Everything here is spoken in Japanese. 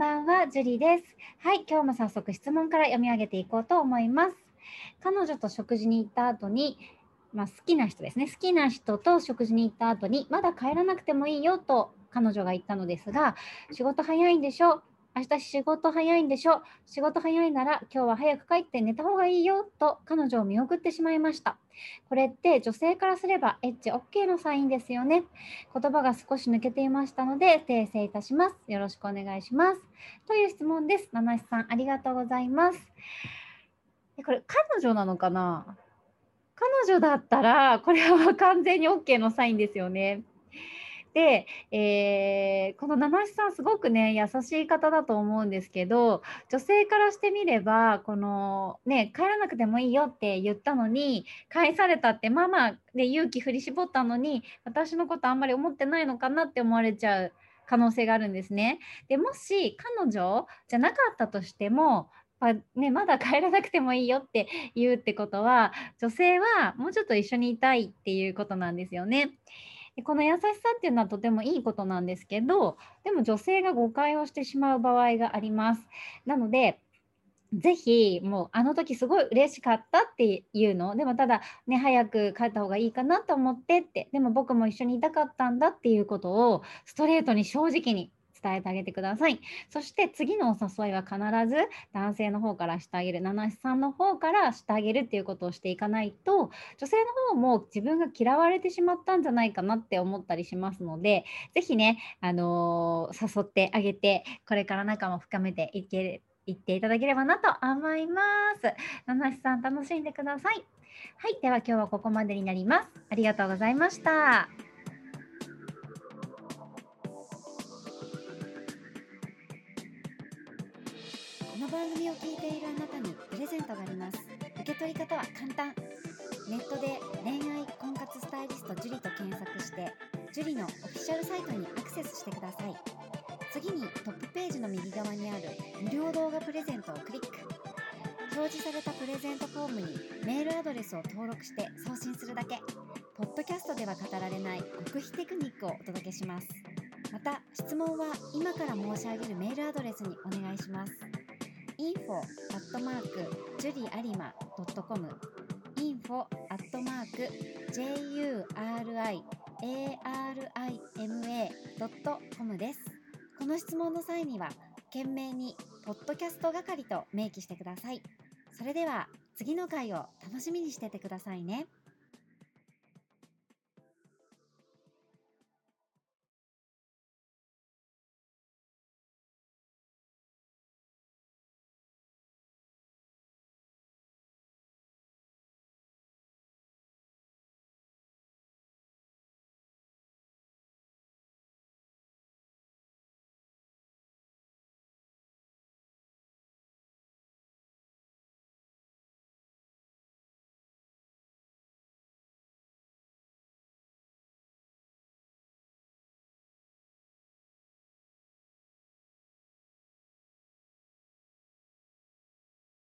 ばんは、ジュリです。はい、今日も早速質問から読み上げていこうと思います。彼女と食事に行った後に、好きな人ですね。好きな人と食事に行った後に、まだ帰らなくてもいいよと彼女が言ったのですが、仕事早いんでしょ？明日仕事早いんでしょ？仕事早いなら今日は早く帰って寝た方がいいよと彼女を見送ってしまいました。これって女性からすればエッチ OK のサインですよね。言葉が少し抜けていましたので訂正いたします。よろしくお願いします。という質問です。七七さん、ありがとうございます。これ、彼女なのかな？彼女だったら、これは完全に OK のサインですよね。で、この七七さんすごくね、優しい方だと思うんですけど、女性からしてみれば、このね、帰らなくてもいいよって言ったのに、返されたって、で勇気振り絞ったのに、私のことあんまり思ってないのかなって思われちゃう可能性があるんですね。で、もし彼女じゃなかったとしても、まだ帰らなくてもいいよって言うってことは、女性はもうちょっと一緒にいたいっていうことなんですよね。で、この優しさっていうのはとてもいいことなんですけど、でも女性が誤解をしてしまう場合があります。なので、ぜひ、もうあの時すごい嬉しかったっていうの、でもただね、早く帰った方がいいかなと思ってって、でも僕も一緒にいたかったんだっていうことをストレートに正直に伝えてあげてください。そして次のお誘いは必ず男性の方からしてあげる、七七さんの方からしてあげるっていうことをしていかないと、女性の方も自分が嫌われてしまったんじゃないかなって思ったりしますので、ぜひね、誘ってあげて、これから仲も深めていっていただければなと思います。七七さん楽しんでください。はい、では今日はここまでになります。ありがとうございました。 この番組を聞いているあなたにプレゼントがあります。受け取り方は簡単。ネットで恋愛婚活スタイリスト樹と検索して樹のオフィシャルサイトにアクセスしてください。次にトップページの右側にある無料動画プレゼントをクリック。表示されたプレゼントフォームにメールアドレスを登録して送信するだけ。ポッドキャストでは語られない極秘テクニックをお届けします。また質問は今から申し上げるメールアドレスにお願いします。info@juriarima.com info@juriarima.com です。この質問の際には懸命にポッドキャスト係と明記してください。それでは次の回を楽しみにしててくださいね。